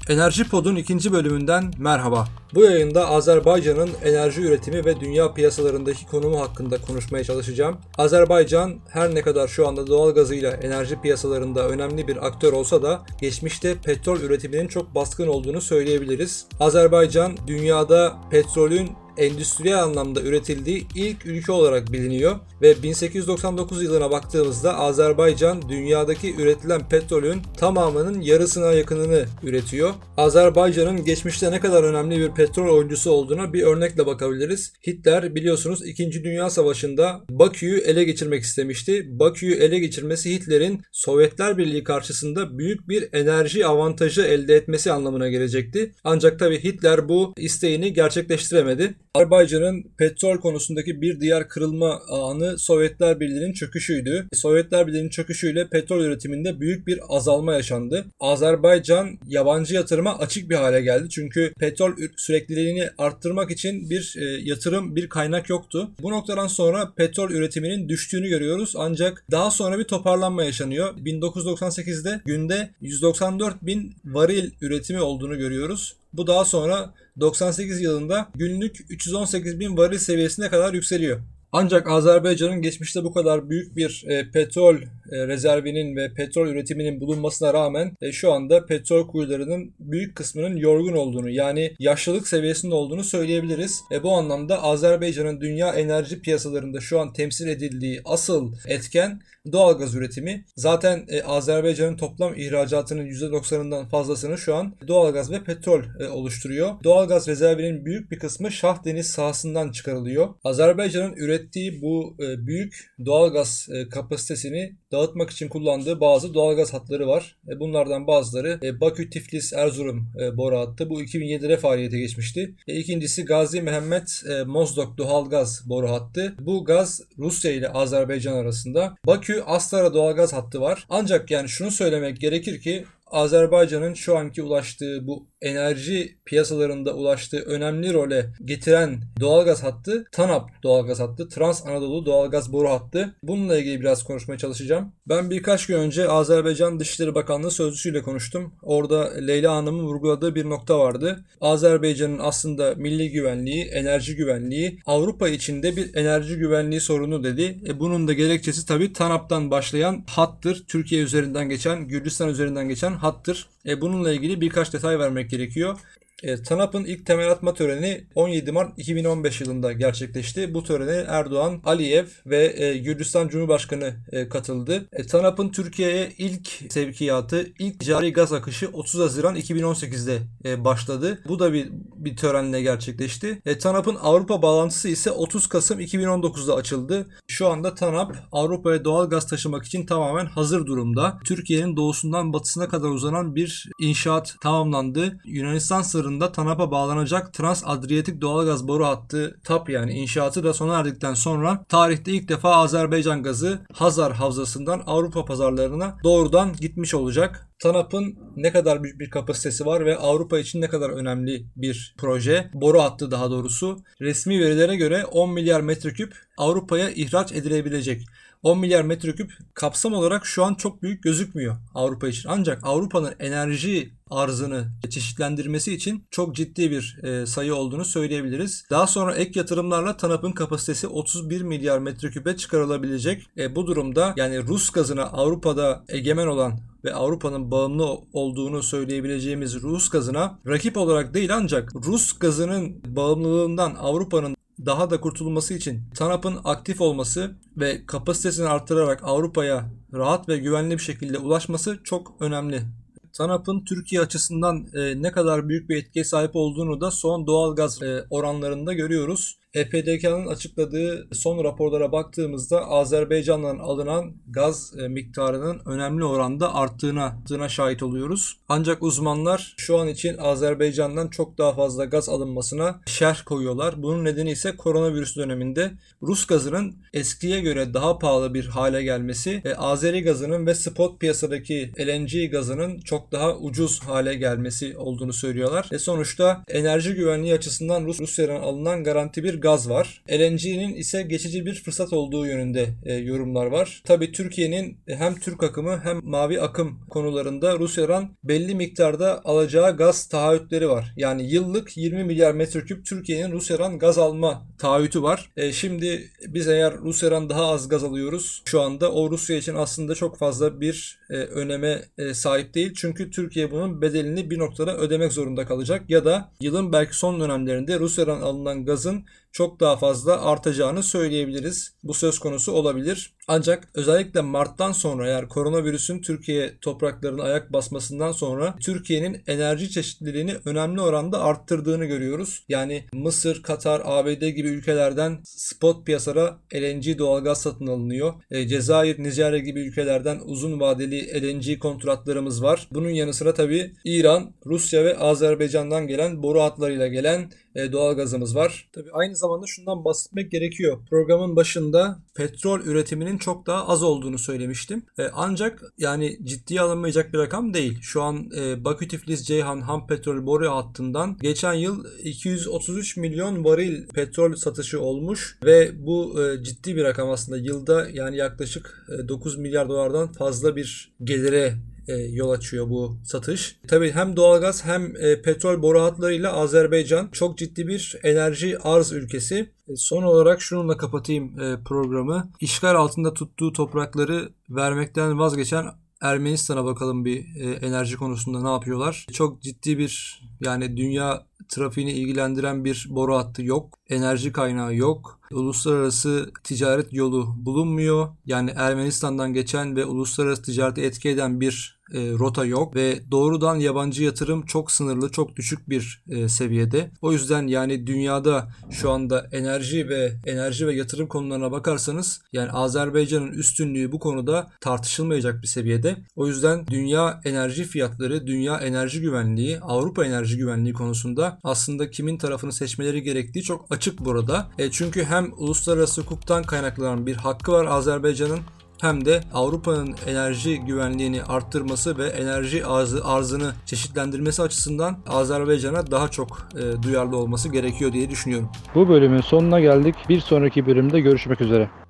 Enerji Pod'un ikinci bölümünden merhaba. Bu yayında Azerbaycan'ın enerji üretimi ve dünya piyasalarındaki konumu hakkında konuşmaya çalışacağım. Azerbaycan her ne kadar şu anda doğalgazıyla enerji piyasalarında önemli bir aktör olsa da geçmişte petrol üretiminin çok baskın olduğunu söyleyebiliriz. Azerbaycan dünyada petrolün endüstriyel anlamda üretildiği ilk ülke olarak biliniyor ve 1899 yılına baktığımızda Azerbaycan dünyadaki üretilen petrolün tamamının yarısına yakınını üretiyor. Azerbaycan'ın geçmişte ne kadar önemli bir petrol oyuncusu olduğuna bir örnekle bakabiliriz. Hitler biliyorsunuz 2. Dünya Savaşı'nda Bakü'yü ele geçirmek istemişti. Bakü'yü ele geçirmesi Hitler'in Sovyetler Birliği karşısında büyük bir enerji avantajı elde etmesi anlamına gelecekti. Ancak tabii Hitler bu isteğini gerçekleştiremedi. Azerbaycan'ın petrol konusundaki bir diğer kırılma anı Sovyetler Birliği'nin çöküşüydü. Sovyetler Birliği'nin çöküşüyle petrol üretiminde büyük bir azalma yaşandı. Azerbaycan yabancı yatırıma açık bir hale geldi. Çünkü petrol sürekliliğini arttırmak için bir yatırım, bir kaynak yoktu. Bu noktadan sonra petrol üretiminin düştüğünü görüyoruz. Ancak daha sonra bir toparlanma yaşanıyor. 1998'de günde 194 bin varil üretimi olduğunu görüyoruz. Bu daha sonra 98 yılında günlük 318 bin varil seviyesine kadar yükseliyor. Ancak Azerbaycan'ın geçmişte bu kadar büyük bir petrol rezervinin ve petrol üretiminin bulunmasına rağmen şu anda petrol kuyularının büyük kısmının yorgun olduğunu, yani yaşlılık seviyesinde olduğunu söyleyebiliriz. Bu anlamda Azerbaycan'ın dünya enerji piyasalarında şu an temsil edildiği asıl etken doğalgaz üretimi. Zaten Azerbaycan'ın toplam ihracatının %90'ından fazlasını şu an doğalgaz ve petrol oluşturuyor. Doğalgaz rezervinin büyük bir kısmı Şah Deniz sahasından çıkarılıyor. Azerbaycan'ın ürettiği bu büyük doğalgaz kapasitesini dağıtmak için kullandığı bazı doğalgaz hatları var. Bunlardan bazıları Bakü-Tiflis-Erzurum boru hattı. Bu 2007'de faaliyete geçmişti. İkincisi Gazi Mehmet Mozdok doğalgaz boru hattı. Bu gaz Rusya ile Azerbaycan arasında. Bakü-Astara doğalgaz hattı var. Ancak yani şunu söylemek gerekir ki Azerbaycan'ın şu anki ulaştığı, bu enerji piyasalarında ulaştığı önemli role getiren doğalgaz hattı TANAP doğalgaz hattı, Trans Anadolu doğalgaz boru hattı. Bununla ilgili biraz konuşmaya çalışacağım. Ben birkaç gün önce Azerbaycan Dışişleri Bakanlığı sözcüsüyle konuştum. Orada Leyla Hanım'ın vurguladığı bir nokta vardı. Azerbaycan'ın aslında milli güvenliği, enerji güvenliği, Avrupa içinde bir enerji güvenliği sorunu dedi. Bunun da gerekçesi tabii TANAP'tan başlayan hattır. Türkiye üzerinden geçen, Gürcistan üzerinden geçen hattır. Bununla ilgili birkaç detay vermek gerekiyor. TANAP'ın ilk temel atma töreni 17 Mart 2015 yılında gerçekleşti. Bu törene Erdoğan, Aliyev ve Gürcistan Cumhurbaşkanı katıldı. TANAP'ın Türkiye'ye ilk sevkiyatı, ilk ticari gaz akışı 30 Haziran 2018'de başladı. Bu da bir törenle gerçekleşti. TANAP'ın Avrupa bağlantısı ise 30 Kasım 2019'da açıldı. Şu anda TANAP Avrupa'ya doğal gaz taşımak için tamamen hazır durumda. Türkiye'nin doğusundan batısına kadar uzanan bir inşaat tamamlandı. Yunanistan sınırında TANAP'a bağlanacak Trans-Adriyatik doğalgaz boru hattı TAP yani inşaatı da sona erdikten sonra tarihte ilk defa Azerbaycan gazı Hazar Havzası'ndan Avrupa pazarlarına doğrudan gitmiş olacak. TANAP'ın ne kadar büyük bir kapasitesi var ve Avrupa için ne kadar önemli bir proje, boru hattı daha doğrusu. Resmi verilere göre 10 milyar metreküp Avrupa'ya ihraç edilebilecek. 10 milyar metreküp kapsam olarak şu an çok büyük gözükmüyor Avrupa için. Ancak Avrupa'nın enerji arzını çeşitlendirmesi için çok ciddi bir sayı olduğunu söyleyebiliriz. Daha sonra ek yatırımlarla TANAP'ın kapasitesi 31 milyar metreküpe çıkarılabilecek. Bu durumda yani Rus gazına Avrupa'da egemen olan ve Avrupa'nın bağımlı olduğunu söyleyebileceğimiz Rus gazına rakip olarak değil ancak Rus gazının bağımlılığından Avrupa'nın daha da kurtulması için TANAP'ın aktif olması ve kapasitesini artırarak Avrupa'ya rahat ve güvenli bir şekilde ulaşması çok önemli. TANAP'ın Türkiye açısından ne kadar büyük bir etkiye sahip olduğunu da son doğalgaz oranlarında görüyoruz. EPDK'nın açıkladığı son raporlara baktığımızda Azerbaycan'dan alınan gaz miktarının önemli oranda arttığına şahit oluyoruz. Ancak uzmanlar şu an için Azerbaycan'dan çok daha fazla gaz alınmasına şerh koyuyorlar. Bunun nedeni ise koronavirüs döneminde Rus gazının eskiye göre daha pahalı bir hale gelmesi ve Azeri gazının ve spot piyasadaki LNG gazının çok daha ucuz hale gelmesi olduğunu söylüyorlar. Sonuçta enerji güvenliği açısından Rusya'dan alınan garanti bir gaz var. LNG'nin ise geçici bir fırsat olduğu yönünde yorumlar var. Tabii Türkiye'nin hem Türk akımı hem mavi akım konularında Rusya'dan belli miktarda alacağı gaz taahhütleri var. Yani yıllık 20 milyar metreküp Türkiye'nin Rusya'dan gaz alma taahhütü var. Şimdi biz eğer Rusya'dan daha az gaz alıyoruz şu anda, o Rusya için aslında çok fazla bir öneme sahip değil. Çünkü Türkiye bunun bedelini bir noktada ödemek zorunda kalacak ya da yılın belki son dönemlerinde Rusya'dan alınan gazın çok daha fazla artacağını söyleyebiliriz. Bu söz konusu olabilir. Ancak özellikle Mart'tan sonra, eğer koronavirüsün Türkiye topraklarına ayak basmasından sonra Türkiye'nin enerji çeşitliliğini önemli oranda arttırdığını görüyoruz. Yani Mısır, Katar, ABD gibi ülkelerden spot piyasara LNG doğalgaz satın alınıyor. Cezayir, Nijerya gibi ülkelerden uzun vadeli LNG kontratlarımız var. Bunun yanı sıra tabii İran, Rusya ve Azerbaycan'dan gelen boru hatlarıyla gelen doğalgazımız var. Tabii aynı zamanda şundan bahsetmek gerekiyor. Programın başında petrol üretiminin çok daha az olduğunu söylemiştim. Ancak yani ciddiye alınmayacak bir rakam değil. Şu an Bakü-Tiflis-Ceyhan ham petrol boru hattından geçen yıl 233 milyon varil petrol satışı olmuş ve bu ciddi bir rakam aslında. Yılda yani yaklaşık 9 milyar dolardan fazla bir gelire yol açıyor bu satış. Tabii hem doğalgaz hem petrol boru hatlarıyla Azerbaycan çok ciddi bir enerji arz ülkesi. Son olarak şununla kapatayım programı. İşgal altında tuttuğu toprakları vermekten vazgeçen Ermenistan'a bakalım bir enerji konusunda ne yapıyorlar. Çok ciddi bir, yani dünya trafiğini ilgilendiren bir boru hattı yok. Enerji kaynağı yok. Uluslararası ticaret yolu bulunmuyor. Yani Ermenistan'dan geçen ve uluslararası ticarete etki eden bir rota yok ve doğrudan yabancı yatırım çok sınırlı, çok düşük bir seviyede. O yüzden yani dünyada şu anda enerji ve yatırım konularına bakarsanız yani Azerbaycan'ın üstünlüğü bu konuda tartışılmayacak bir seviyede. O yüzden dünya enerji fiyatları, dünya enerji güvenliği, Avrupa enerji güvenliği konusunda aslında kimin tarafını seçmeleri gerektiği çok açık burada. Çünkü hem uluslararası hukuktan kaynaklanan bir hakkı var Azerbaycan'ın, hem de Avrupa'nın enerji güvenliğini arttırması ve enerji arzını çeşitlendirmesi açısından Azerbaycan'a daha çok duyarlı olması gerekiyor diye düşünüyorum. Bu bölümün sonuna geldik. Bir sonraki bölümde görüşmek üzere.